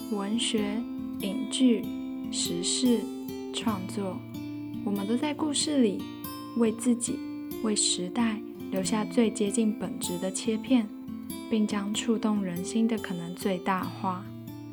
文学、影剧、时事、创作，我们都在故事里为自己、为时代留下最接近本质的切片，并将触动人心的可能最大化。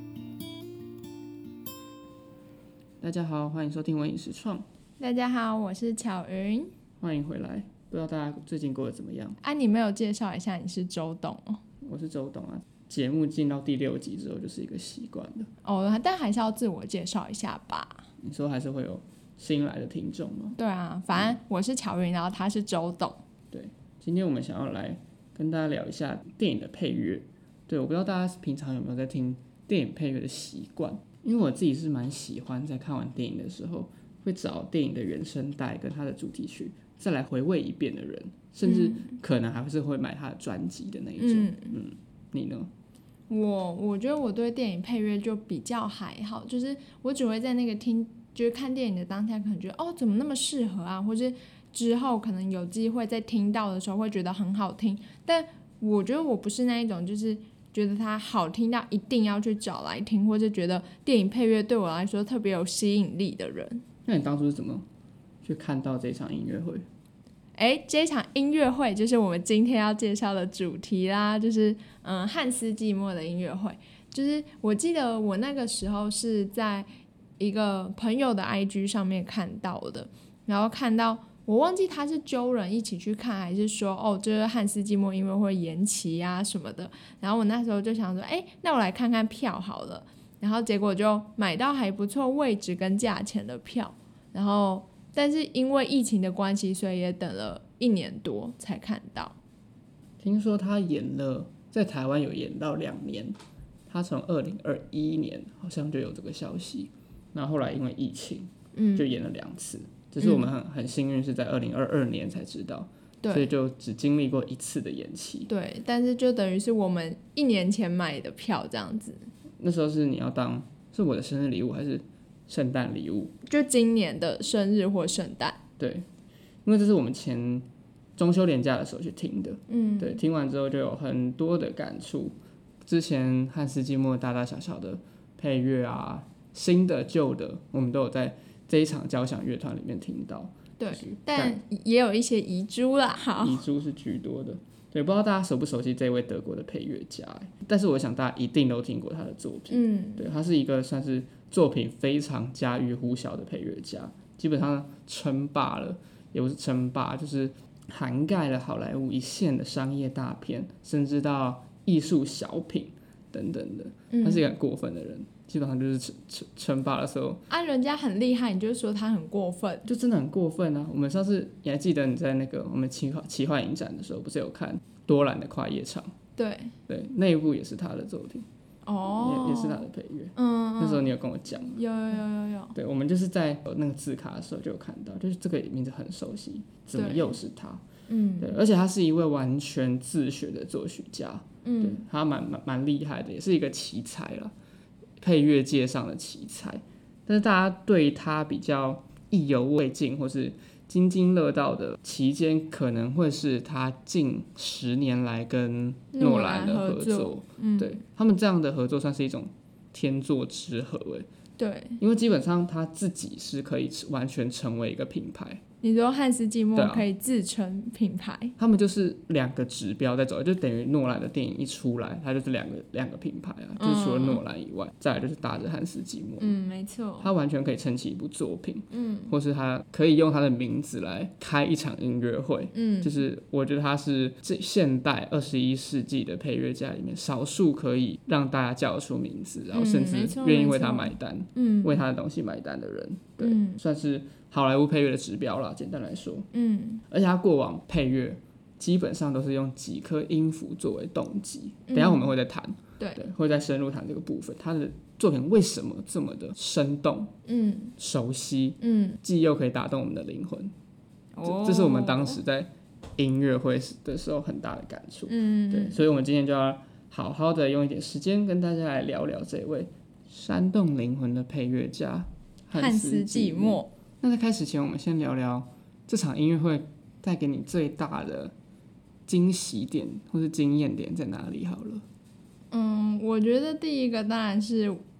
大家好，欢迎收听文影实创。 大家好，我是巧云， 欢迎回来。不知道大家最近过得怎么样？ 你没有介绍一下你是周董哦？ 我是周董啊。节目进到第6集之后，就是一个习惯了。 但还是要自我介绍一下吧。 你说还是会有新来的听众吗？ 对啊，反正我是巧云，然后他是周董。 对，今天我们想要来跟大家聊一下电影的配乐。对，我不知道大家平常有没有在听电影配乐的习惯，因为我自己是蛮喜欢在看完电影的时候，会找电影的原声带跟它的主题曲再来回味一遍的人，甚至可能还是会买他的专辑的那一种。你呢？ 我觉得我对电影配乐就比较还好，就是我只会在那个就是看电影的当下，可能觉得怎么那么适合啊，或是之后可能有机会再听到的时候会觉得很好听。但我觉得我不是那一种就是觉得它好听到一定要去找来听，或者觉得电影配乐对我来说特别有吸引力的人。 那你当初是怎么去看到这场音乐会？ 这场音乐会就是我们今天要介绍的主题啦，就是汉斯季默的音乐会。就是我记得我那个时候是在一个朋友的 IG 上面看到的，然后看到我忘记他是揪人一起去看，还是说就是汉斯季默音乐会延期啊什么的。然后我那时候就想说那我来看看票好了，然后结果就买到还不错位置跟价钱的票，然后但是因为疫情的关系，所以也等了1年多才看到。 听说他在台湾有演到2年，他从2021年好像就有这个消息，那后来因为疫情，就演了2次。只是我们很幸运是在2022年才知道，所以就只经历过1次的延期。 对，但是就等于是我们1年前买的票这样子。 那时候是你要当是我的生日礼物还是圣诞礼物？ 就今年的生日或圣诞。 对，因为这是我们前中秋连假的时候去听的。对，听完之后就有很多的感触。之前汉斯季默大大小小的配乐啊，新的旧的，我们都有在这一场交响乐团里面听到。 对，但也有一些遗珠啦。 遗珠是居多的。对，不知道大家熟不熟悉这位德国的配乐家，但是我想大家一定都听过他的作品。对，他是一个算是作品非常家喻户晓的配乐家，基本上称霸了，也不是称霸，就是涵盖了好莱坞一线的商业大片，甚至到艺术小品等等的。他是一个很过分的人，基本上就是称霸的时候人家很厉害，你就说他很过分， 就真的很过分啊！我们上次你还记得你在那个我们奇幻影展的时候，不是有看多兰的跨夜场？对，那一部也是他的作品。也是他的配乐。那时候你有跟我讲。 有。 对，我们就是在那个字卡的时候就有看到，就是这个名字很熟悉，怎么又是他？对，而且他是一位完全自学的作曲家。对，他蛮厉害的，也是一个奇才了，配乐界上的奇才。但是大家对他比较意犹未尽或是津津乐道的期间，可能会是他近10年来跟诺兰的合作。对，他们这样的合作算是一种天作之合。 对， 因为基本上他自己是可以完全成为一个品牌。 你说汉斯季默可以自成品牌？ 他们就是2个指标在走，就等于诺兰的电影一出来，它就是两个品牌啊，就是除了诺兰以外，再来就是搭着汉斯季默。 没错， 他完全可以撑起一部作品。或是他可以用他的名字来开一场音乐会。就是我觉得他是现代21世纪的配乐家里面少数可以让大家叫得出名字，然后甚至愿意为他买单，为他的东西买单的人。对，算是好莱坞配乐的指标啦，简单来说。而且他过往配乐基本上都是用几颗音符作为动机。等一下我们会再谈。对，会再深入谈这个部分。他的作品为什么这么的生动、熟悉，既又可以打动我们的灵魂。这是我们当时在音乐会的时候很大的感触。对，所以我们今天就要好好的用一点时间跟大家来聊聊这位煽动灵魂的配乐家汉斯季默。那在开始前，我们先聊聊这场音乐会带给你最大的惊喜点或是惊艳点在哪里好了。 我觉得第一个当然是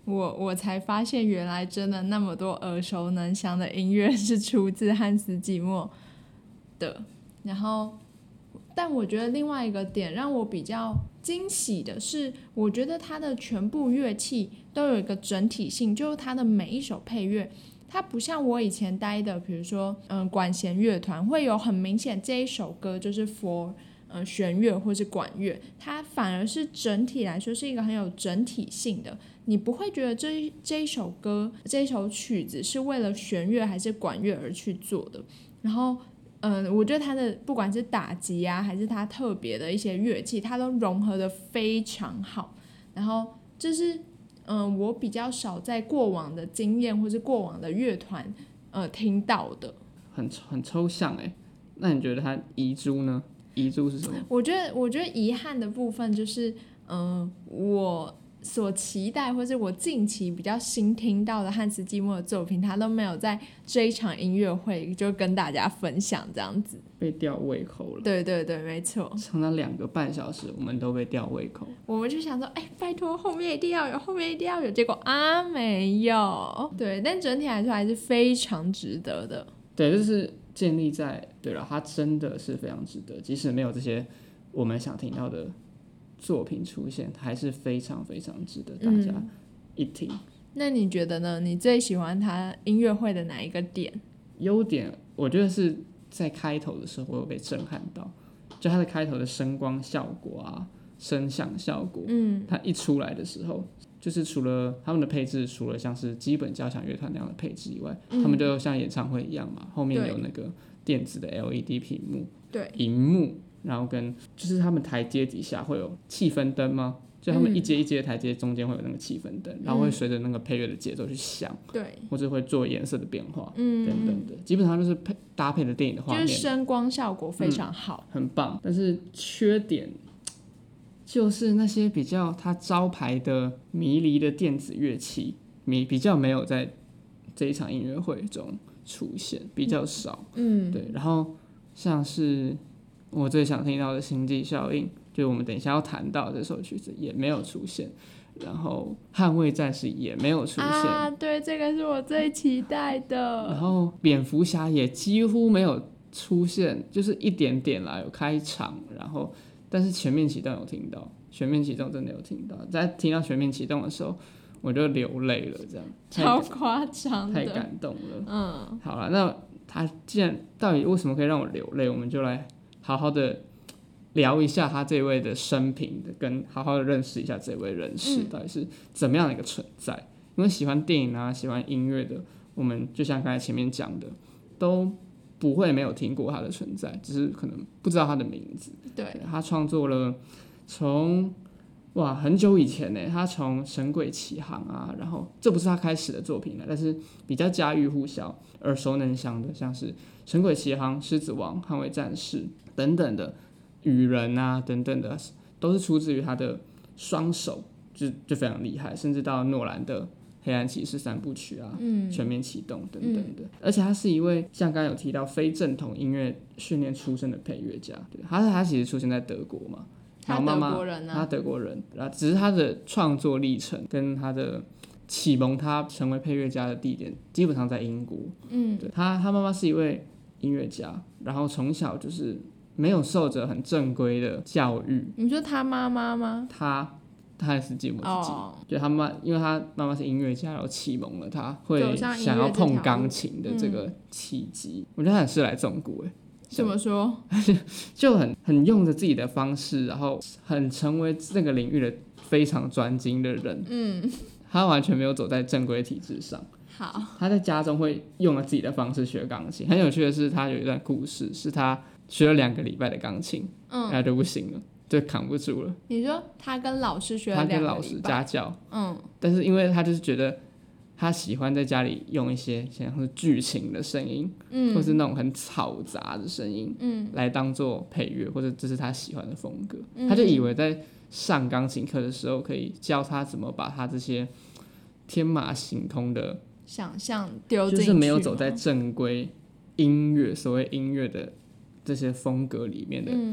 我才发现原来真的那么多耳熟能详的音乐是出自汉斯季默的。然后但我觉得另外一个点让我比较惊喜的是，我觉得它的全部乐器都有一个整体性，就是它的每一首配乐，它不像我以前待的，比如说管弦乐团会有很明显这一首歌就是 for弦乐或是管乐，它反而是整体来说是一个很有整体性的，你不会觉得这一首歌这一首曲子是为了弦乐还是管乐而去做的。然后我觉得它的不管是打击啊，还是它特别的一些乐器，它都融合的非常好。然后这是我比较少在过往的经验或是过往的乐团听到的。 很抽象哎。那你觉得它遗珠呢？遗珠是什么？ 我觉得遗憾的部分就是我所期待或是我近期比较新听到的汉斯季默的作品，他都没有在这一场音乐会就跟大家分享这样子。 被吊胃口了。 对对对，没错。 长达2个半小时，我们都被吊胃口。 我们就想说，拜托后面一定要有，后面一定要有，结果没有。对，但整体来说还是非常值得的。 对，就是建立在对了，它真的是非常值得，即使没有这些我们想听到的作品出现，还是非常非常值得大家一听。 那你觉得呢？你最喜欢他音乐会的哪一个点？ 优点我觉得是在开头的时候我有被震撼到，就它的开头的声光效果啊，声响效果，它一出来的时候，就是除了他们的配置，除了像是基本交响乐团那样的配置以外，他们就像演唱会一样嘛，后面有那个电子的 LED 屏幕， 对， 荧幕，然后跟就是他们台阶底下会有气氛灯吗？就他们一阶一阶的台阶中间会有那个气氛灯，然后会随着那个配乐的节奏去响， 对， 或者会做颜色的变化，等等的，基本上就是搭配的电影的画面， 就是声光效果非常好， 很棒。但是缺点就是那些比较它招牌的迷离的电子乐器，比较没有在这一场音乐会中出现，比较少。对。然后像是我最想听到的《星际效应》，就我们等一下要谈到这首曲子也没有出现。然后捍卫战士也没有出现啊，对，这个是我最期待的。 然后蝙蝠侠也几乎没有出现，就是一点点啦，有开场，然后但是全面启动有听到，全面启动真的有听到，在听到全面启动的时候我就流泪了，这样超夸张的， 太感动了。好了，那他既然到底为什么可以让我流泪，我们就来好好的聊一下他这位的生平的，跟好好的认识一下这位人士到底是怎么样的一个存在。因为喜欢电影啊，喜欢音乐的，我们就像刚才前面讲的，都不会没有听过他的存在，只是可能不知道他的名字。 对， 他创作了从很久以前呢，他从《神鬼奇航》啊，然后这不是他开始的作品了，但是比较家喻户晓、耳熟能详的，像是《神鬼奇航》《狮子王》《捍卫战士》等等的，《雨人》啊等等的，都是出自于他的双手，就非常厉害，甚至到诺兰的《黑暗骑士》3部曲啊，全面启动等等的。而且他是一位像刚刚有提到非正统音乐训练出身的配乐家，对，他其实出生在德国嘛。然后妈妈，他德国人，然后只是他的创作历程跟他的启蒙他成为配乐家的地点基本上在英国。对，他妈妈是一位音乐家，然后从小就是没有受着很正规的教育。 你说他妈妈吗？ 他还是季默自己，就他妈，因为他妈妈是音乐家，然后启蒙了他会想要碰钢琴的这个契机。我觉得他很适合来中国哎。 怎么说？ 就很用着自己的方式，然后很成为这个领域的非常专精的人。他完全没有走在正规体制上。 好， 他在家中会用了自己的方式学钢琴。很有趣的是，他有一段故事，是他学了2个礼拜的钢琴，然后就不行了，就扛不住了。 你说他跟老师学了2个礼拜？ 他跟老师家教。但是因为他就是觉得。他喜欢在家里用一些像是剧情的声音，或是那种很嘈杂的声音，来当做配乐，或者这是他喜欢的风格。他就以为在上钢琴课的时候，可以教他怎么把他这些天马行空的想象丢进去， 就是没有走在正规音乐所谓音乐的这些风格里面的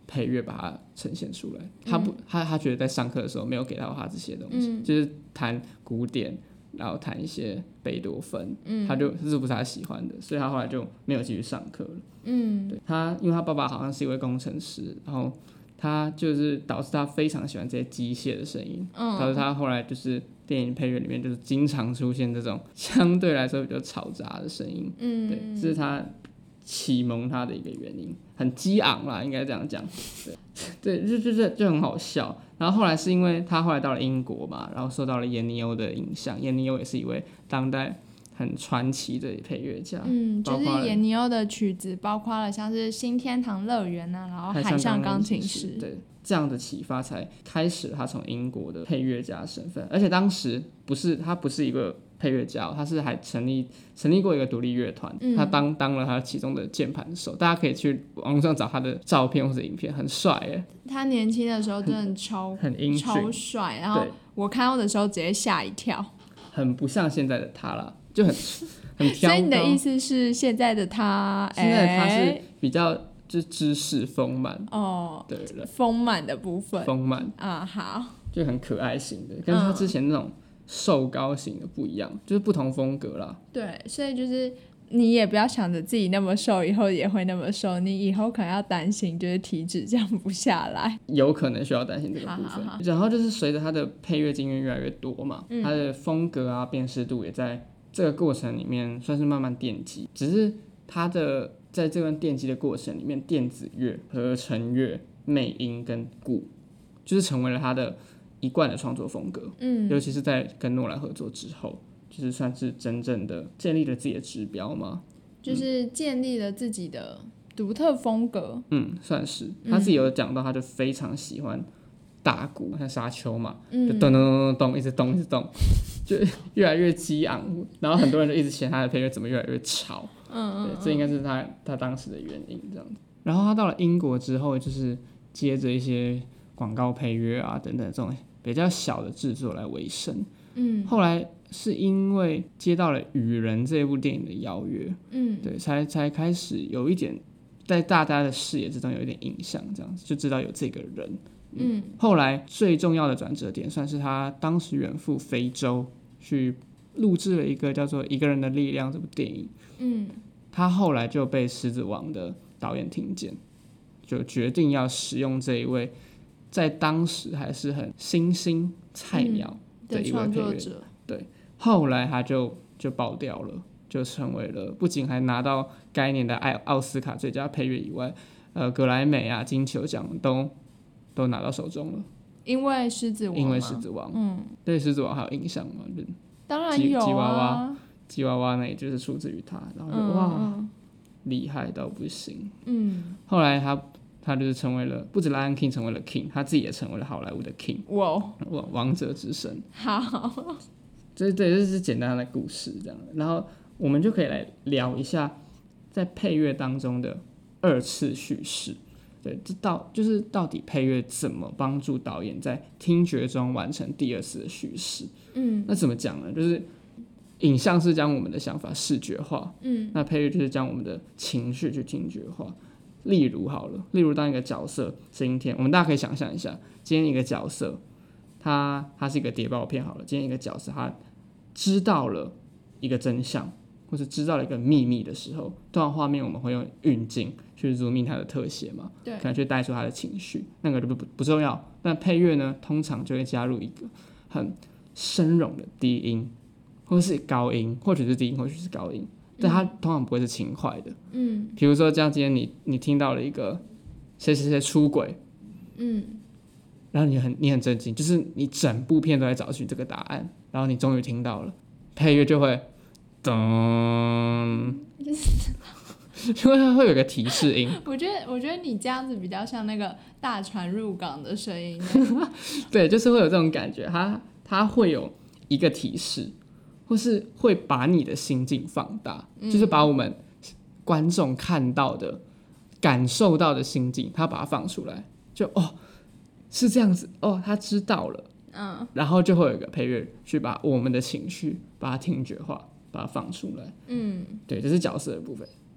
配乐把它呈现出来。他觉得在上课的时候没有给到他这些东西，就是弹古典，然后弹一些贝多芬，这不是他喜欢的，所以他后来就没有继续上课了。对，因为他爸爸好像是一位工程师，然后他就是导致他非常喜欢这些机械的声音，导致他后来就是电影配乐里面就是经常出现这种相对来说比较嘈杂的声音。对，这是他启蒙他的一个原因，很激昂啦，应该这样讲。对，就很好笑。然后后来是因为他后来到了英国嘛，然后受到了严尼欧的影响，严尼欧也是一位当代很传奇的配乐家。 就是严尼欧的曲子包括了像是新天堂乐园啊，然后海上钢琴师。 对，这样的启发才开始他从英国的配乐家身份，而且当时他不是一个配乐家，他是还成立过一个独立乐团，他当了他其中的键盘手，大家可以去网络上找他的照片或者影片，很帅耶。 他年轻的时候真的很英俊超帅，然后我看到的时候直接吓一跳， 很不像现在的他啦，就很挑高。 所以你的意思是现在的他， 现在的他是比较就是知识丰满对，丰满的部分， 丰满好， 就很可爱型的，跟他之前那种瘦高型的不一样，就是不同风格啦。 对，所以就是你也不要想着自己那么瘦以后也会那么瘦，你以后可能要担心就是体脂降不下来， 有可能需要担心这个部分。然后就是随着他的配乐经验越来越多嘛，他的风格啊辨识度也在这个过程里面算是慢慢奠基，只是他的在这段奠基的过程里面，电子乐、合成乐、魅音跟鼓就是成为了他的一贯的创作风格。尤其是在跟诺兰合作之后，就是算是真正的建立了自己的指标嘛， 就是建立了自己的独特风格。 算是他自己有讲到，他就非常喜欢大鼓，像沙丘嘛，就咚咚咚咚，一直动一直动，就越来越激昂，然后很多人就一直嫌他的配乐怎么越来越吵。对，这应该是他当时的原因这样子。然后他到了英国之后，就是接着一些广告配乐啊等等这种比较小的制作来维生。后来是因为接到了《雨人》这部电影的邀约，对，才开始有一点在大家的视野之中有一点印象，这样子就知道有这个人。后来最重要的转折点，算是他当时远赴非洲去录制了一个叫做《一个人的力量》这部电影。他后来就被《狮子王》的导演听见，就决定要使用这一位在当时还是很新兴菜鸟的一位配乐者。对，后来他就爆掉了，就成为了不仅还拿到该年的奥斯卡最佳配乐以外，格莱美啊、金球奖都拿到手中了。 因为狮子王， 因为狮子王，对狮子王还有印象吗？ 当然有啊， 吉娃娃那也就是出自于他，然后就哇，厉害到不行。后来他就是成为了，不止 Lion King 成为了 King， 他自己也成为了好莱坞的 King， 王者之神。 好， 这是简单的故事这样，然后我们就可以来聊一下在配乐当中的二次叙事。对，就是到底配乐怎么帮助导演在听觉中完成第二次的叙事？那怎么讲呢？就是影像是将我们的想法视觉化，那配乐就是将我们的情绪去听觉化。例如当一个角色今天，我们大家可以想象一下，今天一个角色，他是一个谍报片好了，今天一个角色他知道了一个真相，或是知道了一个秘密的时候，通常画面我们会用运镜去 zoom in 它的特写嘛，可能去带出他的情绪，那个就不重要。但配乐呢，通常就会加入一个很深融的低音，或是高音，或许是低音，或许是高音，但它通常不会是轻快的。比如说像今天你听到了一个谁谁谁出轨，然后你很震惊，就是你整部片都在找寻这个答案，然后你终于听到了，配乐就会咚，因为它会有一个提示音。 我觉得你这样子比较像那个大船入港的声音。 对，就是会有这种感觉，它会有一个提示，或是会把你的心境放大，就是把我们观众看到的、感受到的心境，它把它放出来，是这样子他知道了，然后就会有一个配乐去把我们的情绪把它听觉化，把它放出来。对，这是角色的部分。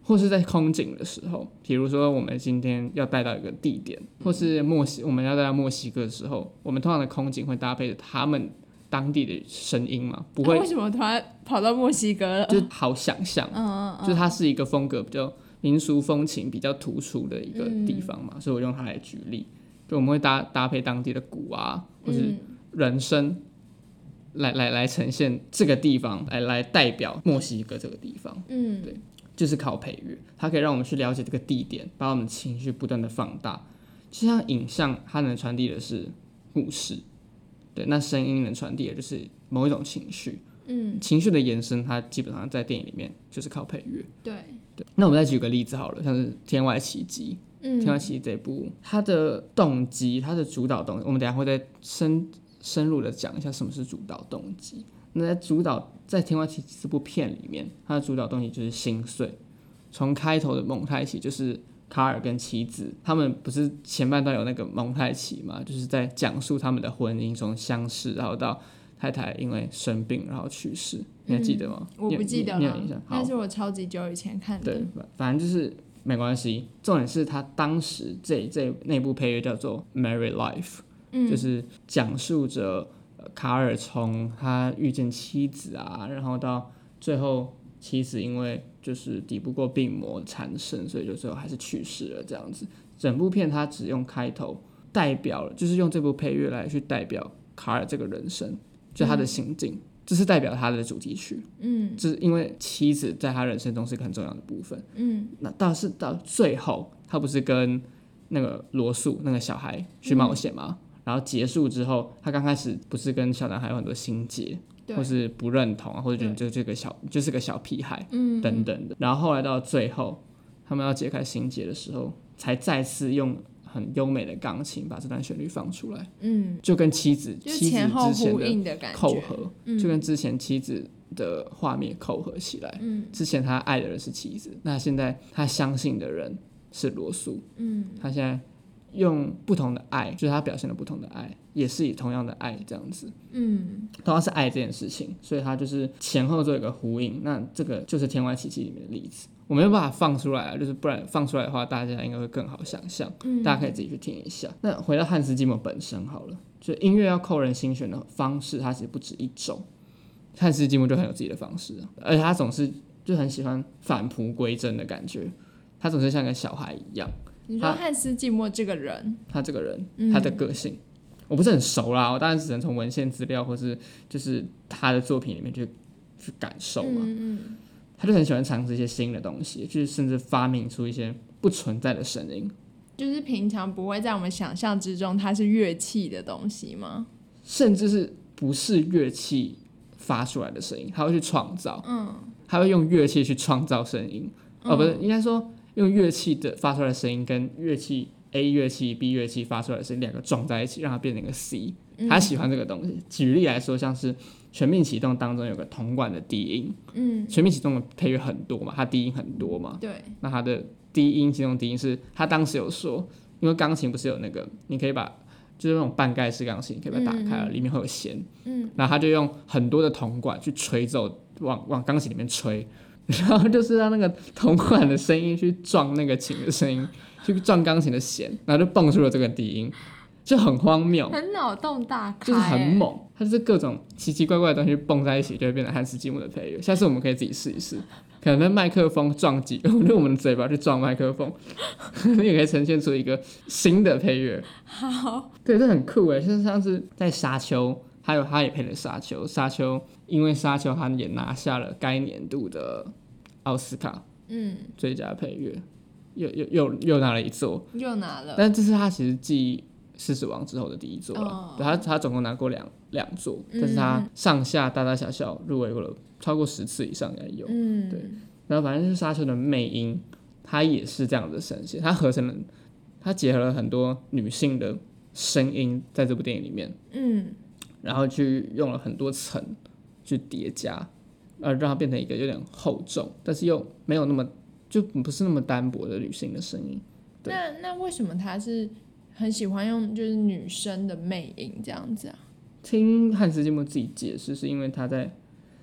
或是在空景的时候，比如说我们今天要带到一个地点，或是我们要带到墨西哥的时候，我们通常的空景会搭配着他们当地的声音嘛，不会。 为什么突然跑到墨西哥了？ 就好想象，就是它是一个风格比较民俗风情比较突出的一个地方嘛，所以我用它来举例。就我们会搭配当地的鼓啊，或是人声来呈现这个地方，来代表墨西哥这个地方。对。就是靠配乐，它可以让我们去了解这个地点，把我们的情绪不断的放大。就像影像，它能传递的是故事，对，那声音能传递的就是某一种情绪。情绪的延伸，它基本上在电影里面就是靠配乐。 对。 那我们再举个例子好了，像是《天外奇迹》。天外奇迹》这部，它的动机，它的主导动机，我们等一下会再深入的讲一下什么是主导动机。那在《天外奇迹》这部片里面，它的主导动机就是心碎。从开头的蒙太奇，就是卡尔跟妻子，他们不是前半段有那个蒙太奇嘛，就是在讲述他们的婚姻从相识，然后到太太因为生病然后去世，你还记得吗？ 我不记得了， 你有印象？ 但是我超级久以前看的。 对，反正就是没关系。重点是他当时那部配乐叫做《Married Life》，就是讲述着卡尔从他遇见妻子啊，然后到最后妻子因为就是抵不过病魔缠身，所以就最后还是去世了这样子。整部片他只用开头代表了，就是用这部配乐来去代表卡尔这个人生，就他的心境，这是代表他的主题曲。就是因为妻子在他人生中是一个很重要的部分。那到最后，他不是跟那个罗素那个小孩去冒险吗？然后结束之后，他刚开始不是跟小男孩有很多心结，或是不认同啊，或者觉得就是个小屁孩，等等的。然后后来到最后，他们要解开心结的时候，才再次用很优美的钢琴把这段旋律放出来。就跟妻子前后呼应的感觉扣合，就跟之前妻子的画面扣合起来。之前他爱的人是妻子，那现在他相信的人是罗素。他现在用不同的爱，就是他表现了不同的爱，也是以同样的爱这样子。同样是爱这件事情，所以他就是前后做一个呼应。那这个就是《天外奇迹》里面的例子。我没有办法放出来啊，就是不然放出来的话，大家应该会更好想象。大家可以自己去听一下。那回到汉斯季默本身好了，就音乐要扣人心弦的方式，它其实不止一种。汉斯季默就很有自己的方式，而且他总是就很喜欢返璞归真的感觉，他总是像个小孩一样。 你说汉斯季默这个人， 他这个人，他的个性，我不是很熟啦，我当然只能从文献资料或是就是他的作品里面去感受嘛。他就很喜欢尝试一些新的东西，就是甚至发明出一些不存在的声音， 就是平常不会在我们想象之中，它是乐器的东西吗？ 甚至是不是乐器发出来的声音，他会去创造。他会用乐器去创造声音。不是，应该说用乐器的发出来的声音跟乐器 A 乐器 B 乐器发出来的声音两个撞在一起，让它变成一个 C。他喜欢这个东西。举例来说，像是《全面启动》当中有个铜管的低音。全面启动的配乐很多嘛，它低音很多嘛。 对。 那它的低音，其中低音是他当时有说，因为钢琴不是有那个，你可以把就是那种半盖式钢琴，你可以把它打开了，里面会有弦。然后他就用很多的铜管去吹奏，往钢琴里面吹。然后就是让那个铜管的声音去撞那个琴的声音，去撞钢琴的弦，然后就蹦出了这个低音，就很荒谬， 很脑洞大开， 就是很猛。它就是各种奇奇怪怪的东西蹦在一起，就会变成汉斯季默的配乐。下次我们可以自己试一试，可能麦克风撞击，用我们的嘴巴去撞麦克风，你也可以呈现出一个新的配乐。 好， 对，这很酷耶，就是像是在沙丘。还有他也配了沙丘，因为沙丘他也拿下了该年度的奥斯卡最佳配乐，又拿了一座， 又拿了。 但这是他其实继《狮子王》之后的第一座了。对，他总共拿过两座，但是他上下大大小小入围过了超过10次以上应该有。对。然后反正就是沙丘的魅音，它也是这样的声线，它结合了很多女性的声音在这部电影里面。然后去用了很多层去叠加，让它变成一个有点厚重，但是又没有那么就不是那么单薄的女性的声音。 那为什么他是很喜欢用就是女生的魅音这样子啊？ 听汉斯季默自己解释，是因为他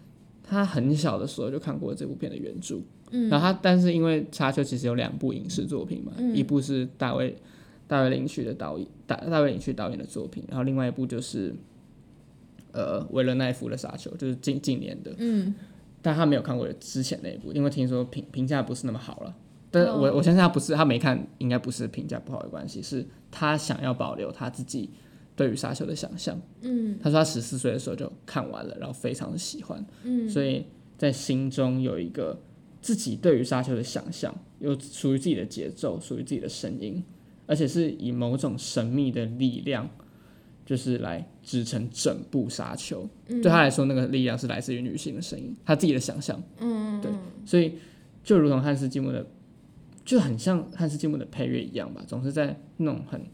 他很小的时候就看过这部片的原著，然后但是因为《沙丘》其实有2部影视作品嘛，一部是大卫林区导演的作品，然后另外一部就是维勒奈夫的《沙丘》，就是近年的，但他没有看过之前那一部，因为听说评价不是那么好了。但是我相信他没看，应该不是评价不好的关系，是他想要保留他自己对于沙丘的想象。他说他14岁的时候就看完了，然后非常的喜欢，所以在心中有一个自己对于沙丘的想象，有属于自己的节奏，属于自己的声音，而且是以某种神秘的力量，就是来支撑整部沙丘。对他来说，那个力量是来自于女性的声音，他自己的想象。对，所以就如同汉斯季默的。就很像汉斯季默的配乐一样吧，总是在那种很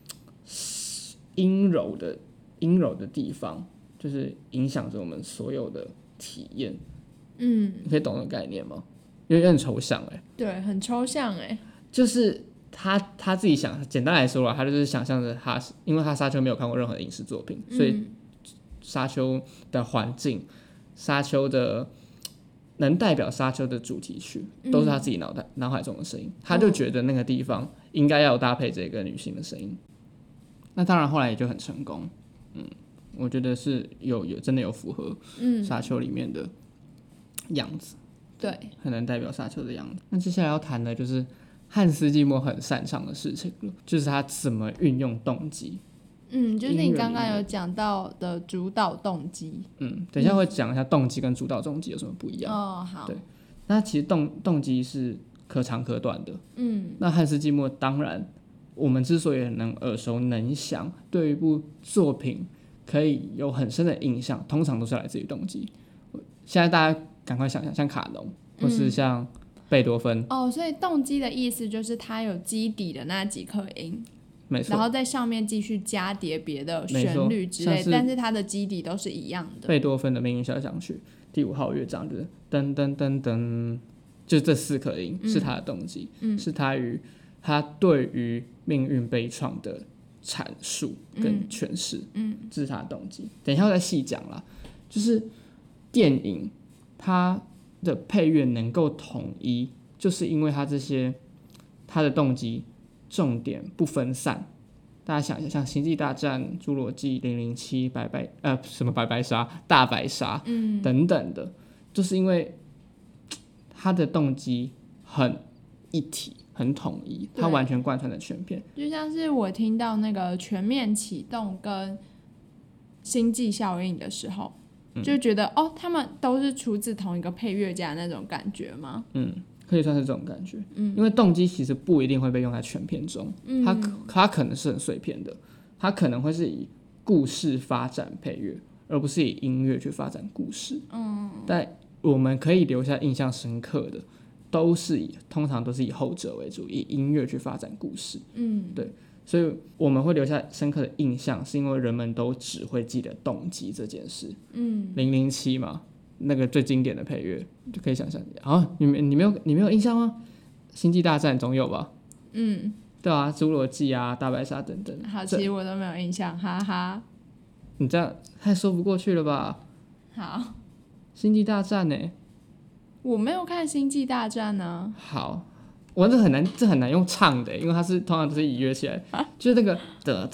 阴柔的地方，就是影响着我们所有的体验。你可以懂那个概念吗？因为很抽象对，很抽象就是他自己想，简单来说啦，他就是想象着因为他沙丘没有看过任何的影视作品，所以沙丘的环境，沙丘的。能代表沙丘的主题曲都是他自己脑海中的声音，他就觉得那个地方应该要搭配这个女性的声音。那当然后来也就很成功，我觉得是真的有符合沙丘里面的样子， 对， 很能代表沙丘的样子。那接下来要谈的就是汉斯季默很擅长的事情了，就是他怎么运用动机。 就是你刚刚有讲到的主导动机。 等一下会讲一下动机跟主导动机有什么不一样。 好。 对，那其实动机是可长可短的。那汉斯季默当然，我们之所以能耳熟能详，对于一部作品可以有很深的印象，通常都是来自于动机。现在大家赶快想想，像卡农或是像贝多芬。 所以动机的意思就是它有基底的那几颗音。 没错， 然后在上面继续加叠别的旋律之类，但是它的基底都是一样的。 贝多芬的《命运交响曲》第5号乐章就是噔噔噔噔，就这4颗音是他的动机，是他对于命运悲怆的阐述跟诠释，这是他的动机。等一下我再细讲啦。就是电影它的配乐能够统一，就是因为他的动机。重点不分散，大家想一下，像《星际大战》、《侏罗纪》、007、什么白白鲨、大白鲨，等等的，就是因为他的动机很一体、很统一，他完全贯穿了全片。 就像是我听到那个全面启动跟星际效应的时候，就觉得他们都是出自同一个配乐家那种感觉吗？ 可以算是这种感觉，因为动机其实不一定会被用在全片中，它可能是很碎片的，它可能会是以故事发展配乐，而不是以音乐去发展故事。但我们可以留下印象深刻的，通常都是以后者为主，以音乐去发展故事。对，所以我们会留下深刻的印象，是因为人们都只会记得动机这件事。007嘛。那个最经典的配乐就可以想象你没有印象吗？星际大战总有吧？对啊，侏罗纪啊，大白鲨等等。 好，其实我都没有印象，哈哈。 你这样太说不过去了吧？ 好， 星际大战呢？ 我没有看星际大战呢。 好，这很难用唱的，因为它通常都是以乐器来，就是那个的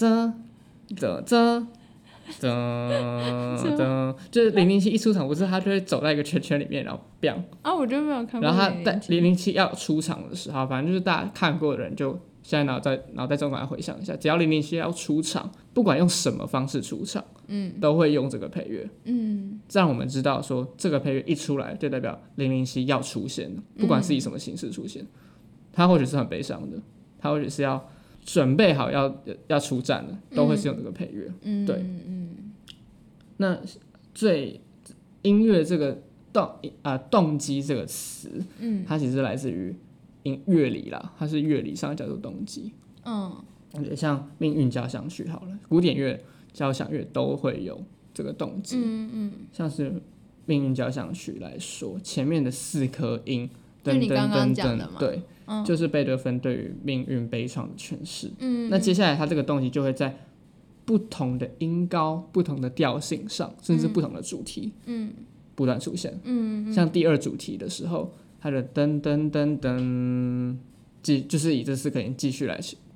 就是007一出场，不是他就会走在一个圈圈里面，然后 biang 我就没有看过。 然后他在007要出场的时候，反正就是大家看过的人就现在脑袋中来回想一下，只要007要出场，不管用什么方式出场，都会用这个配乐，这让我们知道说这个配乐一出来，就代表007要出现了，不管是以什么形式出现，他或许是很悲伤的，他或许是要准备好要出战了，都会是用这个配乐，对。那音乐这个动机这个词，它其实来自于乐理啦，它是乐理上叫做动机。像《命运交响曲》好了，古典乐、交响乐都会有这个动机。像是《命运交响曲》来说，前面的4颗音， 就你刚刚讲的嘛， 对，就是贝多芬对于命运悲怆的诠释。那接下来他这个动机就会在不同的音高、不同的调性上，甚至不同的主题， 不断出现。像第二主题的时候，它的噔噔噔噔，就是以这四个音继续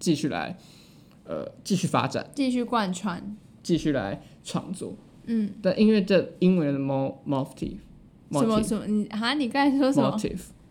发展， 继续贯穿， 继续来创作。但因为这英文的 motif 什么？你刚才说什么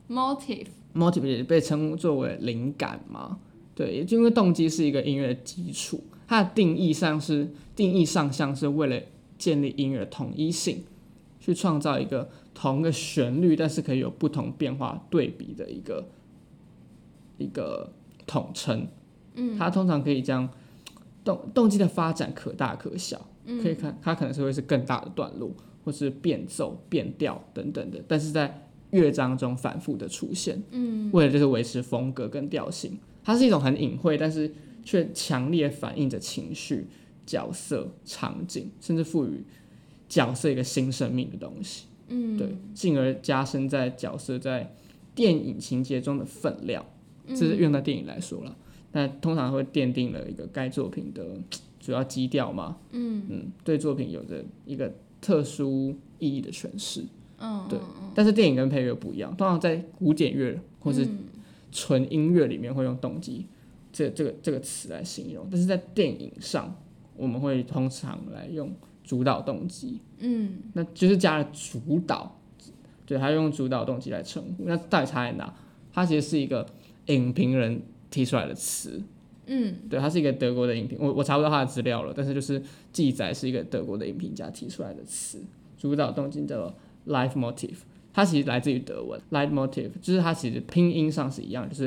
motif 也被称作为灵感嘛？对，也就因为动机是一个音乐的基础，它的定义上像是为了建立音乐的统一性，去创造一个同个旋律，但是可以有不同变化对比的一个统称。它通常可以将动机的发展可大可小，可以看它可能是会是更大的段落，或是变奏、变调等等的，但是在乐章中反复的出现，为了就是维持风格跟调性。它是一种很隐晦，但是却强烈反映着情绪、角色、场景，甚至赋予角色一个新生命的东西。对，进而加深在角色在电影情节中的分量。这是用到电影来说了，那通常会奠定了一个该作品的主要基调嘛。对作品有着一个特殊意义的诠释。对，但是电影跟配乐不一样，通常在古典乐或是纯音乐里面会用动机这个词来形容，但是在电影上我们会通常来用主导动机。那就是加了主导，对，他用主导动机来称呼。那到底差在哪？它其实是一个影评人提出来的词。对，它是一个德国的影评，我查不到他的资料了，但是就是记载是一个德国的影评家提出来的词。主导动机叫做 Leitmotiv， 它其实来自于德文 Leitmotiv， 就是它其实拼音上是一样，就是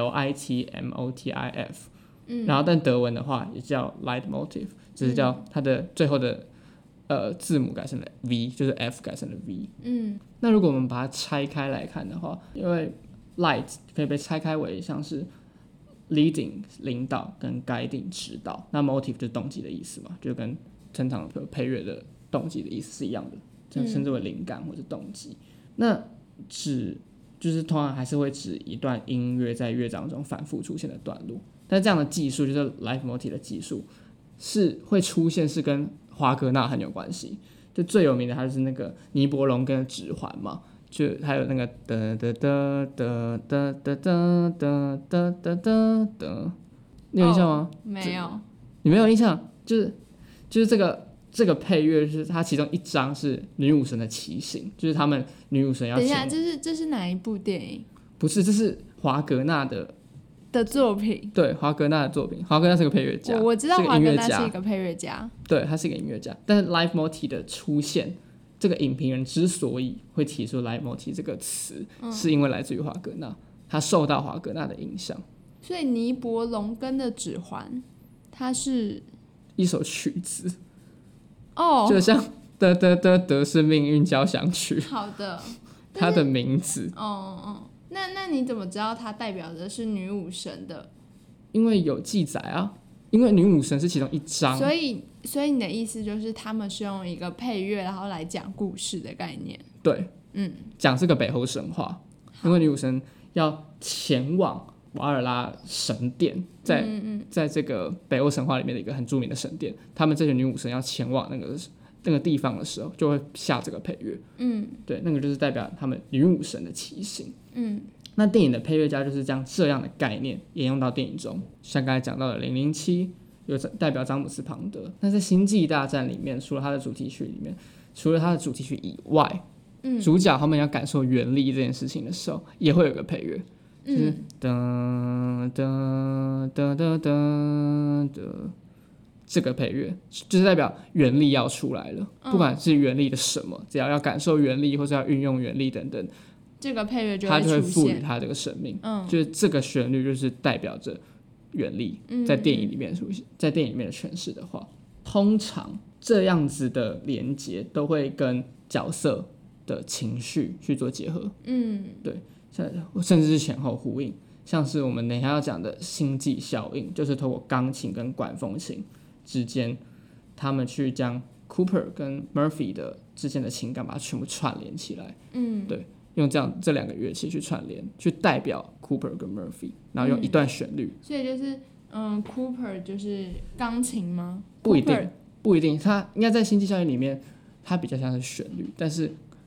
Litmotif。然后但德文的话也叫 Leitmotiv， 只是叫它的最后的字母改成了 V， 就是 F 改成了 V。那如果我们把它拆开来看的话，因为 Light 可以被拆开为像是 leading 领导跟 guiding 指导，那 motive 就是动机的意思嘛，就跟正常配乐的动机的意思是一样的，就称之为灵感或者动机。那就是通常还是会指一段音乐在乐章中反复出现的段落，但是这样的技术就是 Leitmotiv 的技术是会出现，是跟华格纳很有关系。就最有名的还是那个尼伯龙根的指环嘛，就还有那个哒哒哒哒哒哒哒哒哒哒哒，你有印象吗？ 没有。 你没有印象？就是这个配乐，就是它其中一章是女武神的骑行，就是他们女武神要。 等一下，这是哪一部电影？ 不是，这是华格纳的作品。 对，华格纳的作品。华格纳是个配乐家， 我知道华格纳是一个配乐家， 对，他是一个音乐家。但是 Leitmotiv 的出现，这个影评人之所以会提出 Leitmotiv 这个词，是因为来自于华格纳，他受到华格纳的影响。 所以尼伯龙根的指环，它是一首曲子。 就像的德是命运交响曲。 好的， 它的名字。 那你怎么知道它代表的是女武神的？ 因为有记载啊，因为女武神是其中一章。 所以你的意思就是他们是用一个配乐然后来讲故事的概念？ 对，讲这个北欧神话，因为女武神要前往瓦尔拉神殿，在这个北欧神话里面的一个很著名的神殿，他们这些女武神要前往那个地方的时候，就会下这个配乐。对，那个就是代表他们女武神的骑行。那电影的配乐家就是将这样的概念沿用到电影中，像刚才讲到的007有代表詹姆斯庞德。那在星际大战里面，除了他的主题曲以外，主角他们要感受原力这件事情的时候，也会有个配乐。就是噔噔噔噔噔的这个配乐，就是代表原力要出来了。不管是原力的什么，只要感受原力或是要运用原力等等， 这个配乐它就会赋予它这个生命。就是这个旋律就是代表着原力。在电影里面出现，在电影里面的诠释的话，通常这样子的连结都会跟角色的情绪去做结合。对。甚至是前后呼应，像是我们等一下要讲的星际效应，就是透过钢琴跟管风琴之间，他们去将 Cooper 跟 Murphy 的之间的情感把它全部串联起来。对，用这两个乐器去串联，去代表 Cooper 跟 Murphy， 然后用一段旋律。 所以就是Cooper 就是钢琴吗？ 不一定，它应该在星际效应里面，它比较像是旋律，但是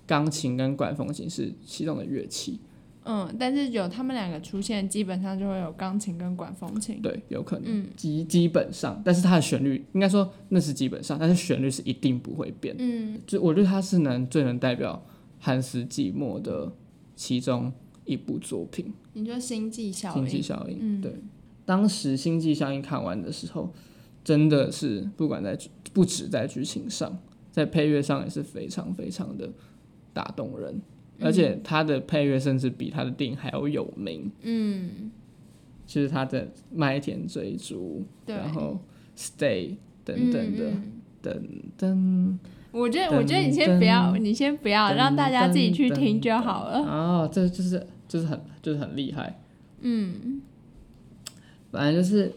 钢琴跟管风琴是其中的乐器。 但是有他们两个出现，基本上就会有钢琴跟管风琴。 对，有可能，基本上，但是它的旋律应该说那是基本上，但是旋律是一定不会变。就我觉得它是最能代表汉斯季默的其中一部作品。 你说《星际效应》？ 星际效应，对。当时《星际效应》看完的时候，真的是不止在剧情上，在配乐上也是非常非常的打动人。而且他的配乐甚至比他的电影还要有名，就是他的《麦田追逐》，然后《Stay》等等的，等等。 我觉得你先不要，让大家自己去听就好了。 这就是很厉害。反正就是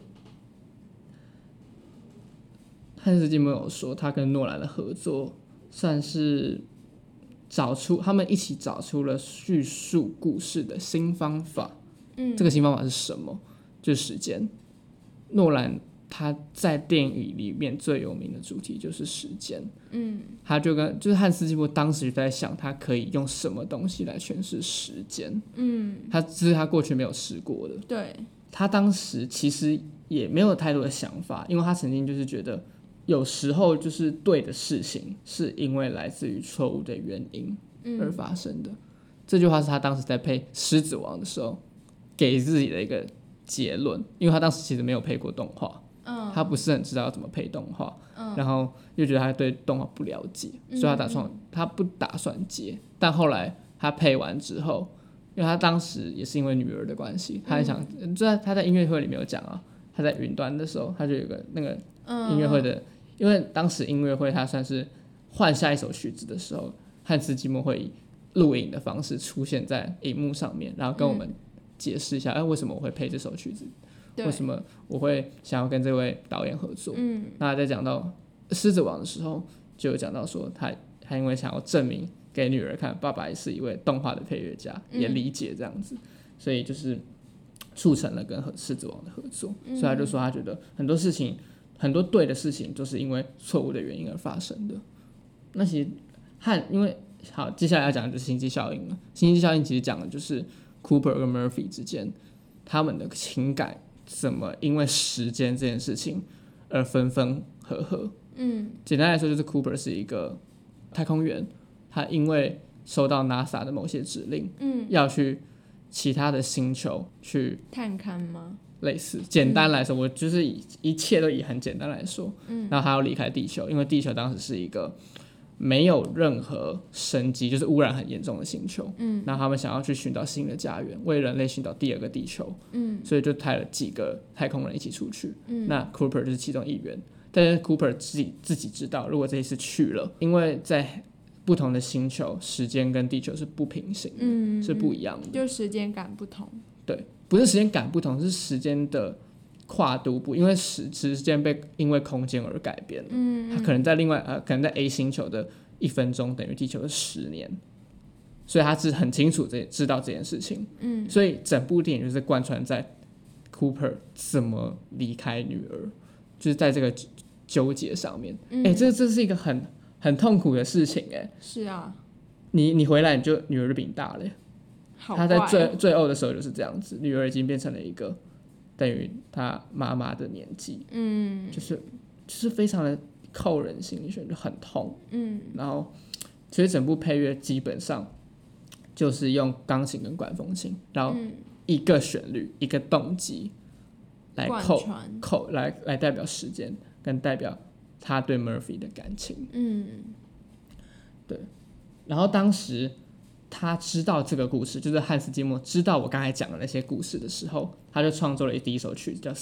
汉斯季默有说，他跟诺兰的合作算是他们一起找出了叙述故事的新方法。这个新方法是什么？就是时间。诺兰他在电影里面最有名的主题就是时间。他就是汉斯季默当时就在想，他可以用什么东西来诠释时间。这是他过去没有试过的。 对。 他当时其实也没有太多的想法，因为他曾经就是觉得，有时候就是对的事情是因为来自于错误的原因而发生的。这句话是他当时在配《狮子王》的时候给自己的一个结论，因为他当时其实没有配过动画，他不是很知道要怎么配动画，然后又觉得他对动画不了解，所以他不打算接。但后来他配完之后，因为他当时也是因为女儿的关系，他很想，他在音乐会里面有讲啊，他在云端的时候，他就有个那个音乐会的，因为当时音乐会他算是换下一首曲子的时候，汉斯季默会以录影的方式出现在荧幕上面，然后跟我们解释一下，为什么我会配这首曲子，为什么我会想要跟这位导演合作。那在讲到《狮子王》的时候，就有讲到说他因为想要证明给女儿看，爸爸也是一位动画的配乐家，也理解这样子，所以就是促成了跟《狮子王》的合作。所以他就说他觉得很多事情，很多对的事情，就是因为错误的原因而发生的。那其实因为好，接下来要讲的就是星际效应了。星际效应其实讲的就是 Cooper 跟 Murphy 之间他们的情感怎么因为时间这件事情而分分合合。简单来说就是 Cooper 是一个太空员，他因为收到 NASA 的某些指令，要去其他的星球去探勘吗？ 类似，简单来说，我就是一切都以很简单来说，然后他要离开地球，因为地球当时是一个没有任何生机，就是污染很严重的星球。然后他们想要去寻找新的家园，为人类寻找第二个地球。所以就派了几个太空人一起出去。那 Cooper 就是其中一员，但是 Cooper 自己知道，如果这一次去了，因为在不同的星球，时间跟地球是不平行的，是不一样的， 就时间感不同。 对，不是时间感不同，是时间的跨度不，因为时间因为空间而改变了。它可能在可能在 A 星球的1分钟等于地球的10年，所以他是很清楚知道这件事情。所以整部电影就是贯穿在 Cooper 怎么离开女儿，就是在这个纠结上面。这是一个很痛苦的事情。 是啊， 你回来女儿就比你大了。他在最后的时候就是这样子，女儿已经变成了一个等于他妈妈的年纪。就是非常的扣人心弦，就很痛。然后其实整部配乐基本上就是用钢琴跟管风琴，然后一个旋律一个动机来来代表时间跟代表他对 Murphy 的感情。对。然后当时他知道这个故事，就是汉斯季默知道我刚才讲的那些故事的时候，他就创作了第一首曲子叫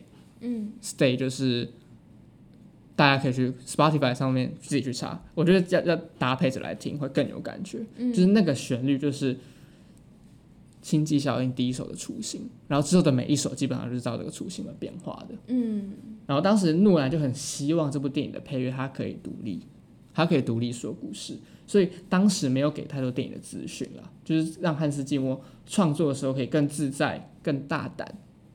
Stay。Stay 就是大家可以去 Spotify 上面自己去查，我觉得要搭配着来听会更有感觉。就是那个旋律就是星际效应第一首的雏形，然后之后的每一首基本上就是照这个雏形而变化的。然后当时诺兰就很希望这部电影的配乐它可以独立说故事，所以当时没有给太多电影的资讯啦，就是让汉斯季默创作的时候可以更自在更大胆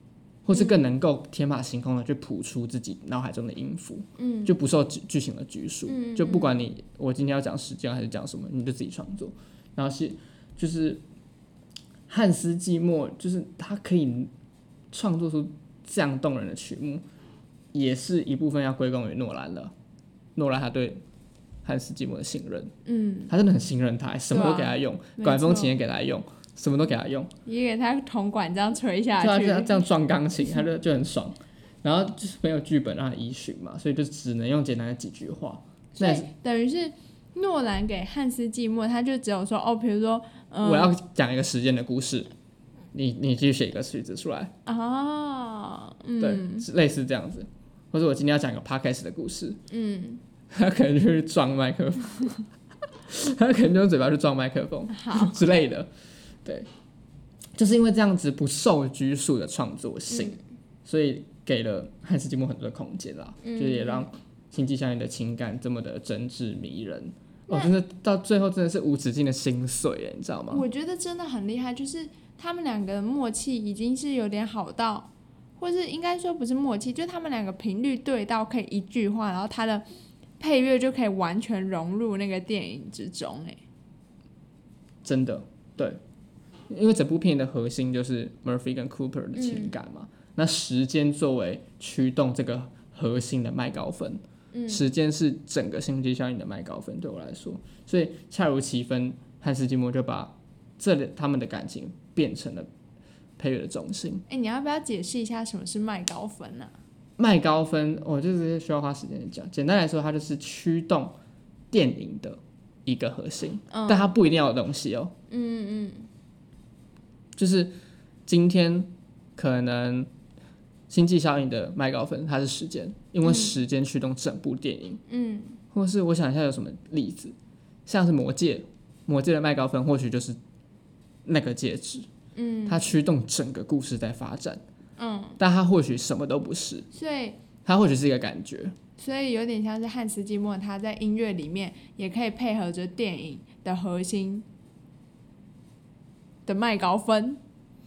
或是更能够天马行空的去谱出自己脑海中的音符，就不受剧情的拘束，就不管我今天要讲时间还是讲什么，你就自己创作。然后就是汉斯季默，就是他可以创作出这样动人的曲目，也是一部分要归功于诺兰了。诺兰他对汉斯季默的信任，他真的很信任他，什么都给他用，管风琴也给他用，什么都给他用， 也给他铜管这样吹下去， 就他这样撞钢琴，他就很爽。然后就是没有剧本让他依循嘛，所以就只能用简单的几句话。 所以等于是诺兰给汉斯季默，他就只有说比如说， 我要讲一个时间的故事，你去写一个曲子出来啊， 对，类似这样子。或者我今天要讲一个 podcast 的故事，他可能就去撞麦克风，他可能就用嘴巴去撞麦克风之类的，对，就是因为这样子不受拘束的创作性，所以给了汉斯季默很多的空间啦，就是也让星际效应的情感这么的真挚迷人。真的到最后真的是无止境的心碎耶，你知道吗？ 我觉得真的很厉害，就是他们两个的默契已经是有点好到，或是应该说不是默契，就他们两个频率对到可以一句话，然后他的配乐就可以完全融入那个电影之中耶。真的对，因为整部片的核心就是 Murphy 跟 Cooper 的情感嘛，那时间作为驱动这个核心的麦高芬，时间是整个星际效应的麦高芬对我来说，所以恰如其分，汉斯季默就把他们的感情变成了配乐的中心。 你要不要解释一下什么是麦高芬啊？ 麦高芬我就是需要花时间讲，简单来说它就是驱动电影的一个核心，但它不一定要有东西哦。就是今天可能星际效应的麦高芬它是时间，因为时间驱动整部电影。或是我想一下有什么例子，像是魔戒的麦高芬或许就是那个戒指，它驱动整个故事在发展。但它或许什么都不是， 所以它或许是一个感觉， 所以有点像是汉斯季默他在音乐里面也可以配合着电影的核心的麦高芬。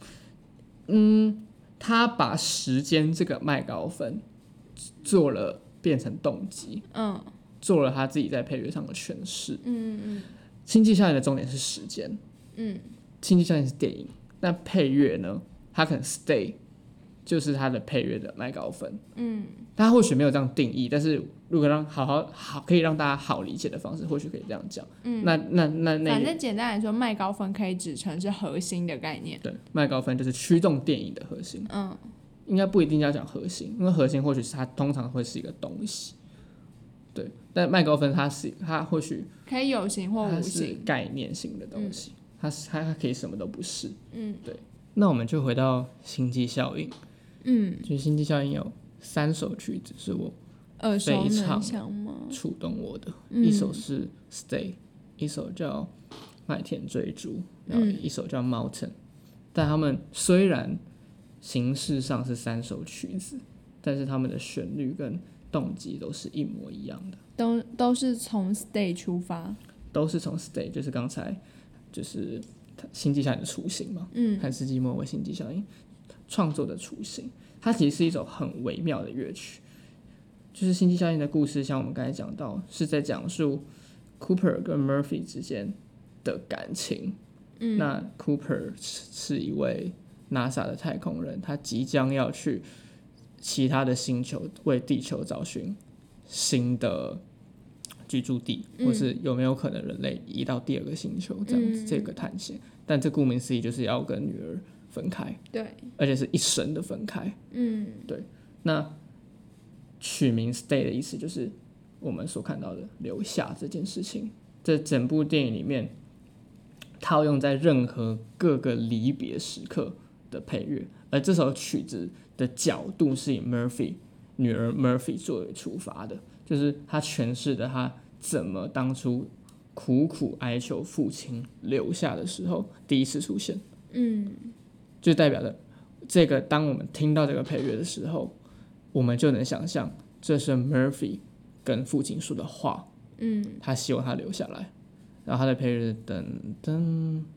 他把时间这个麦高芬变成动机，做了他自己在配乐上的诠释。星际效应的重点是时间，星际效应是电影，但配乐呢，它可能 stay 就是它的配乐的麦高芬。他或许没有这样定义，但是如果让可以让大家好理解的方式，或许可以这样讲。那反正简单来说，麦高芬可以指成是核心的概念。 对，麦高芬就是驱动电影的核心。应该不一定要讲核心，因为核心或许是它通常会是一个东西。对，但麦高芬它或许可以有形或无它是形， 概念性的东西，它可以什么都不是。对。那我们就回到星际效应。就是星际效应有3首曲子是我非常触动我的，一首是 Stay， 一首叫麦田追逐，然后一首叫 Mountain。但他们虽然形式上是3首曲子，但是他们的旋律跟动机都是一模一样的， 都是从 Stay 出发， 都是从 Stay， 就是刚才就是星际效应的雏形嘛。汉斯季默为星际效应创作的雏形，它其实是一首很微妙的乐曲。就是星际效应的故事，像我们刚才讲到，是在讲述 Cooper 跟 Murphy 之间的感情。那 Cooper 是一位 NASA 的太空人，他即将要去其他的星球为地球找寻新的居住地，或是有没有可能人类移到第2个星球这样子，这个探险。但这顾名思义就是要跟女儿分开， 对， 而且是一生的分开。对。那取名 Stay 的意思就是我们所看到的留下这件事情，这整部电影里面套用在任何各个离别时刻的配乐，而这首曲子的角度是以 女儿 Murphy 作为出发的，就是他诠释的他怎么当初苦苦哀求父亲留下的时候第一次出现。就代表着这个当我们听到这个配乐的时候，我们就能想象这是 Murphy 跟父亲说的话。他希望他留下来，然后他的配乐是噔噔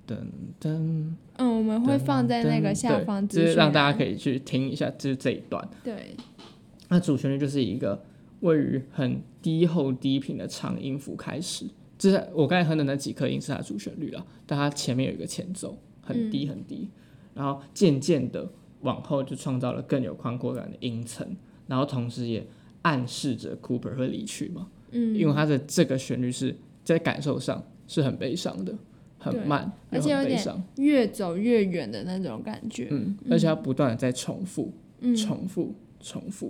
噔噔， 我们会放在那个下方资讯栏， 就是让大家可以去听一下，就是这一段。 对， 那主旋律就是一个位于很低后低频的长音符开始，就是我刚才哼的那几颗音是它的主旋律啦，但它前面有一个前奏，很低很低，然后渐渐的往后就创造了更有宽阔感的音层，然后同时也暗示着 Cooper 会离去嘛，因为他的这个旋律是在感受上是很悲伤的，很慢， 而且有点越走越远的那种感觉， 而且他不断的在重复，重复，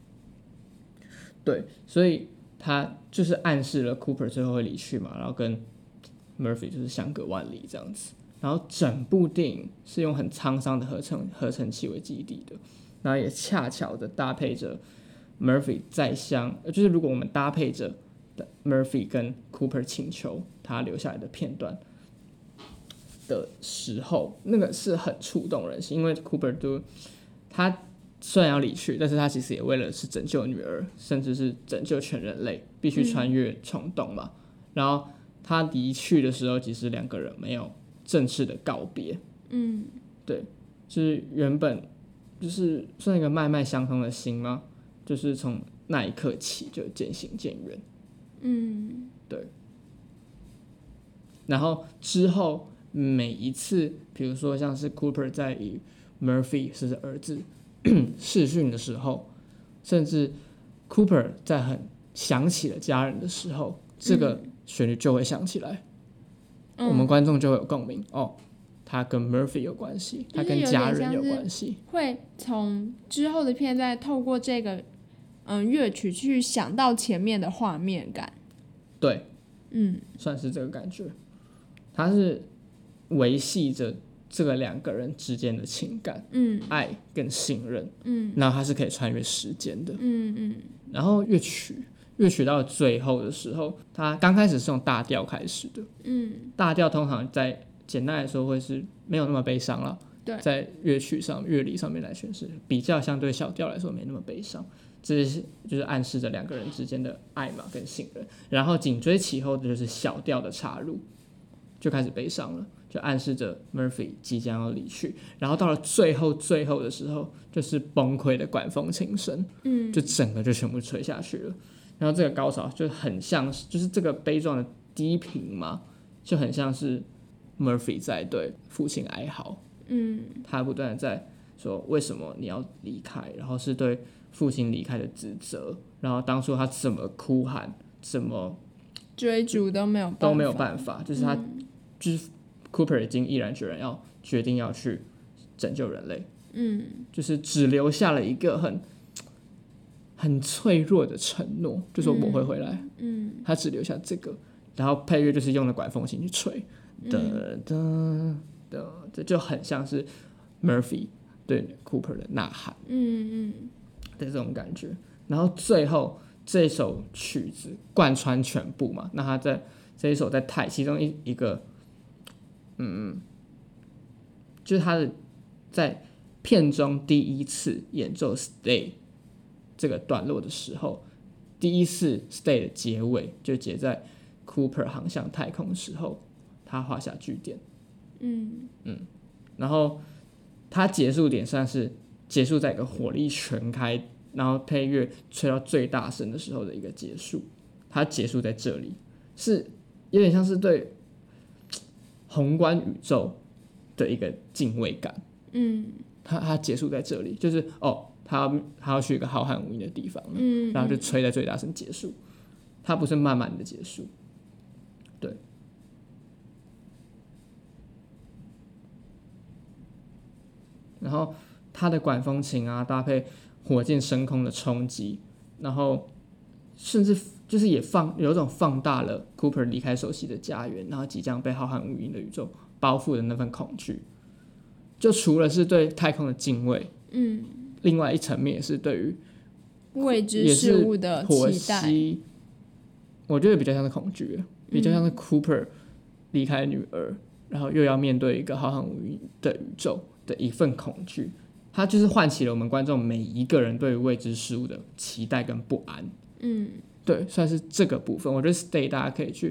对，所以他就是暗示了 Cooper 最后会离去嘛，然后跟 Murphy 就是相隔万里这样子。然后整部电影是用很沧桑的合成器为基底的，然后也恰巧的搭配着 Murphy 就是如果我们搭配着 Murphy 跟 Cooper 请求他留下来的片段的时候，那个是很触动人心，因为 Cooper 他虽然要离去，但是他其实也为了是拯救女儿，甚至是拯救全人类，必须穿越虫洞嘛。然后他离去的时候，其实两个人没有正式的告别，对，就是原本就是算一个脉脉相通的心吗？就是从那一刻起就渐行渐远，对。然后之后每一次，比如说像是 Cooper 在与 Murphy 是儿子视讯的时候，甚至 Cooper 在很想起了家人的时候，这个旋律就会响起来，我们观众就会有共鸣哦，他跟 Murphy 有关系，他跟家人有关系， 会从之后的片再透过这个乐曲去想到前面的画面感， 对，算是这个感觉，他是维系着这个两个人之间的情感，爱跟信任，然后它是可以穿越时间的，然后乐曲到最后的时候，它刚开始是用大调开始的，大调通常在简单来说会是没有那么悲伤了，在乐理上面来诠释，比较相对小调来说没那么悲伤，这就是暗示着两个人之间的爱嘛跟信任，然后紧追其后的就是小调的插入，就开始悲伤了。就暗示着 Murphy 即将要离去，然后到了最后的时候，就是崩溃的管风琴声，就整个就全部吹下去了。然后这个高潮就很像是，就是这个悲壮的低频嘛，就很像是 Murphy 在对父亲哀嚎，他不断的在说为什么你要离开，然后是对父亲离开的指责，然后当初他怎么哭喊，怎么追逐都没有办法， 就是他就是。Cooper 已经毅然决定要去拯救人类，就是只留下了一个很脆弱的承诺，就说我会回来，他只留下这个，然后配乐就是用了管风琴去吹，这就很像是 Murphy 对 Cooper 的呐喊，的这种感觉。然后最后这首曲子贯穿全部嘛，那他在这一首在其中一个。就是他的在片中第一次演奏 Stay 这个段落的时候，第一次 Stay 的结尾就结在 Cooper 航向太空的时候，他画下句点。然后他结束点算是结束在一个火力全开，然后配乐吹到最大声的时候的一个结束。他结束在这里，是有点像是对。宏观宇宙的一个敬畏感，他结束在这里，就是他要去一个浩瀚无垠的地方了，然后就吹在最大声结束，他不是慢慢的结束，对，然后他的管风琴啊，搭配火箭升空的冲击，然后甚至。就是也有种放大了 Cooper 离开熟悉的家园，然后即将被浩瀚无垠的宇宙包覆的那份恐惧。就除了是对太空的敬畏，另外一层面也是对于未知事物的期待。 我觉得比较像是恐惧，比较像是 Cooper 离开女儿，然后又要面对一个浩瀚无垠的宇宙的一份恐惧。它就是唤起了我们观众每一个人对于未知事物的期待跟不安。对，算是这个部分。我觉得 Stay 大家可以去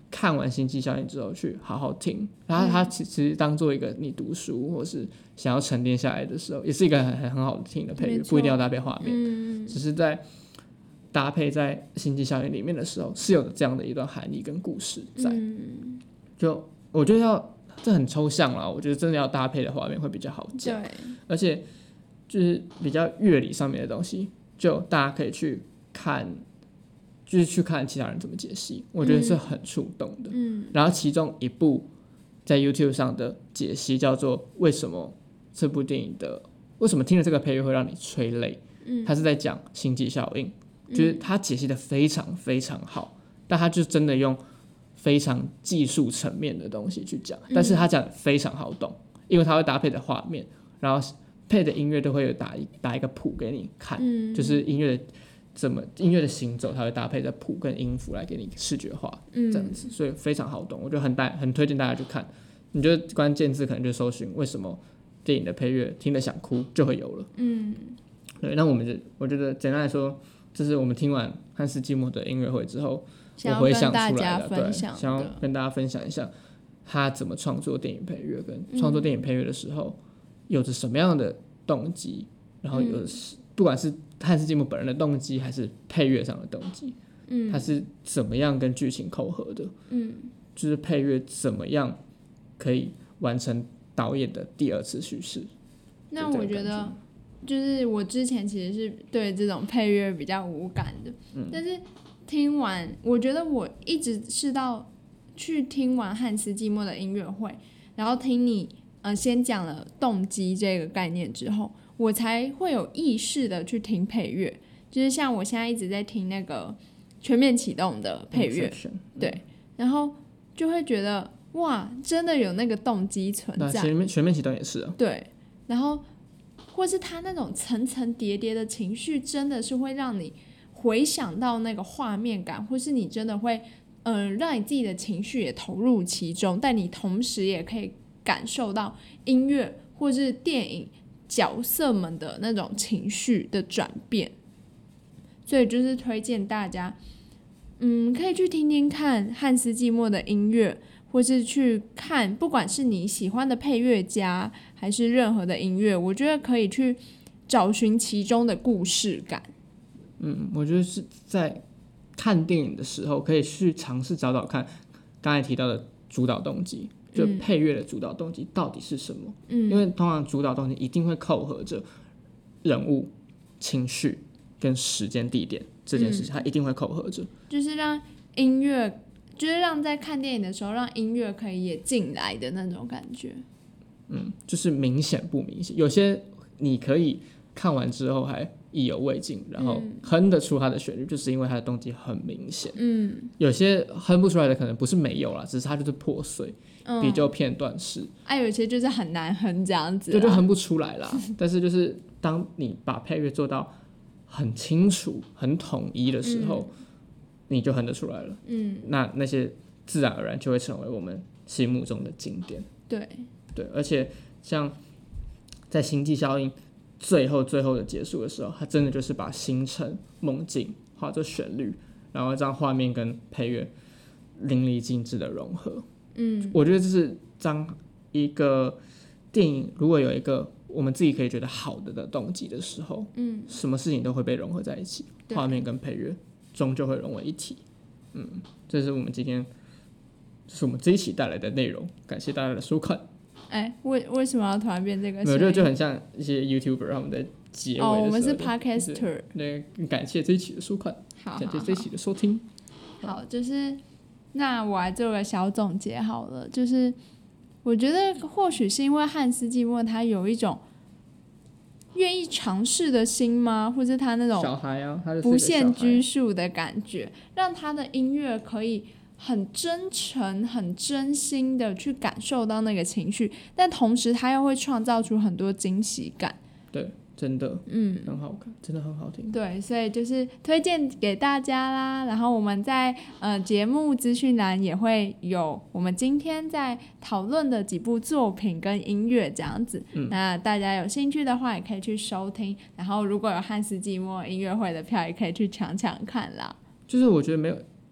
看完星际效应之后去好好听，然后它其实当做一个你读书或是想要沉淀下来的时候，也是一个很好听的配乐，不一定要搭配画面，只是在搭配在星际效应里面的时候是有这样的一段含义跟故事在。就我觉得这很抽象啦，我觉得真的要搭配的画面会比较好讲，而且就是比较乐理上面的东西，就大家可以去看。就是去看其他人怎么解析，我觉得是很触动的。然后其中一部在 YouTube 上的解析叫做为什么这部电影的为什么听了这个配乐会让你催泪，他是在讲星际效应，就是他解析的非常非常好，但他就真的用非常技术层面的东西去讲，但是他讲的非常好懂，因为他会搭配的画面，然后配的音乐都会有打一个谱给你看，就是音乐的行走，它会搭配着谱跟音符来给你视觉化，这样子，所以非常好懂，我就很推荐大家去看。你就关键字可能就搜寻为什么电影的配乐听了想哭就会有了。对，那我觉得简单来说，这是我们听完汉斯季默的音乐会之后，我回想出来的，对，想要跟大家分享一下他怎么创作电影配乐，跟创作电影配乐的时候有着什么样的动机，然后不管是汉斯季默本人的动机还是配乐上的动机，他是怎么样跟剧情扣合的，就是配乐怎么样可以完成导演的第二次叙事。 那我觉得就是我之前其实是对这种配乐比较无感的，但是听完我觉得我一直是到去听完汉斯季默的音乐会，然后听你先讲了动机这个概念之后，我才会有意识的去听配乐，就是像我现在一直在听那个全面启动的配乐，对，然后就会觉得哇，真的有那个动机存在。 全面启动也是啊。 对，然后或是他那种层层叠叠的情绪，真的是会让你回想到那个画面感，或是你真的会让你自己的情绪也投入其中，但你同时也可以感受到音乐或是电影角色们的那种情绪的转变，所以就是推荐大家，可以去听听看汉斯季默的音乐，或是去看，不管是你喜欢的配乐家，还是任何的音乐，我觉得可以去找寻其中的故事感。 我觉得是在看电影的时候，可以去尝试找看刚才提到的主导动机。就配乐的主导动机到底是什么？因为通常主导动机一定会扣合着人物、情绪跟时间、地点这件事情，它一定会扣合着。 就是让音乐，就是让在看电影的时候，让音乐可以也进来的那种感觉。 就是明显不明显，有些你可以看完之后还意犹未尽，然后哼得出它的旋律，就是因为它的动机很明显。有些哼不出来的可能不是没有啦，只是它就是破碎。比较片段式， 有些就是很难哼这样子， 就哼不出来啦。但是就是当你把配乐做到很清楚、很统一的时候，你就哼得出来了。那些自然而然就会成为我们心目中的经典。 对， 而且像在《星际效应》最后的结束的时候，它真的就是把星辰、梦境化作旋律，然后让画面跟配乐淋漓尽致的融合。我觉得这是当一个电影如果有一个我们自己可以觉得好的动机的时候，什么事情都会被融合在一起，画面跟配乐终究会融为一体。这是我们这一期带来的内容，感谢大家的收看。 为什么要突然变这个声音？ 我觉得就很像一些 YouTuber 他们在结尾的时候， 我们是 Podcaster。 感谢这一期的收看，感谢这一期的收听。 好，就是那我来做个小总结好了，就是我觉得或许是因为汉斯季默他有一种愿意尝试的心吗，或是他那种小孩啊，他不限拘束的感觉，让他的音乐可以很真诚、很真心的去感受到那个情绪，但同时他又会创造出很多惊喜感。 对，真的，很好看，真的很好听。 对，所以就是推荐给大家啦。然后我们在节目资讯栏也会有我们今天在讨论的几部作品跟音乐这样子。那大家有兴趣的话，也可以去收听。然后如果有汉斯季默音乐会的票，也可以去抢看啦。 就是我觉得没有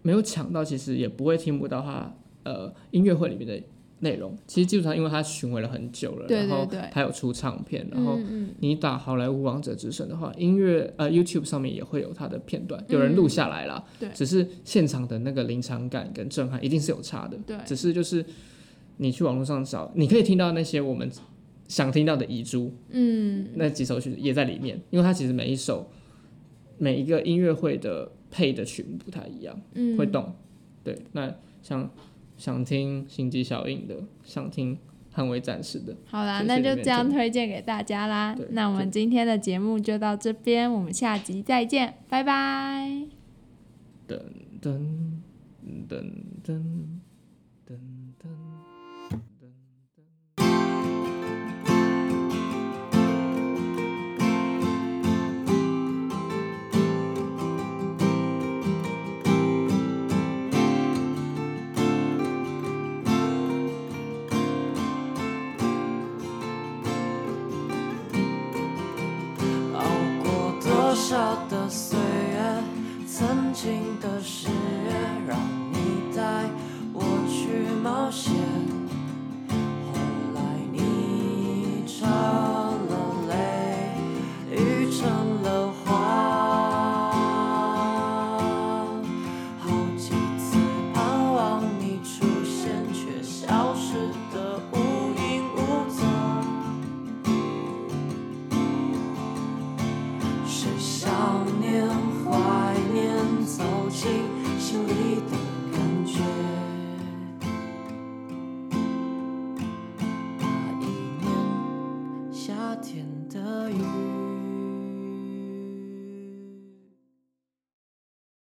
没有抢到，其实也不会听不到他音乐会里面的内容。其实基本上因为他巡回了很久了， 对对对， 然后他有出唱片，然后你打好莱坞王者之声的话，YouTube 上面也会有他的片段，有人录下来啦。 对， 只是现场的那个临场感跟震撼一定是有差的。 对， 只是就是你去网络上找，你可以听到那些我们想听到的遗珠，那几首曲子也在里面，因为它其实每一个音乐会的配的曲目不太一样，会动。对，那想听星际效应的，想听捍卫战士的， 好啦，那就这样推荐给大家啦。那我们今天的节目就到这边，我们下集再见，拜拜。 噔噔噔噔噔噔。 多少的岁月，曾经的誓约，让你带我去冒险。后来你尝了泪，雨成了花。好几次盼望你出现，却消失得无影无踪。想念、怀念，走进心里的感觉。那一年夏天。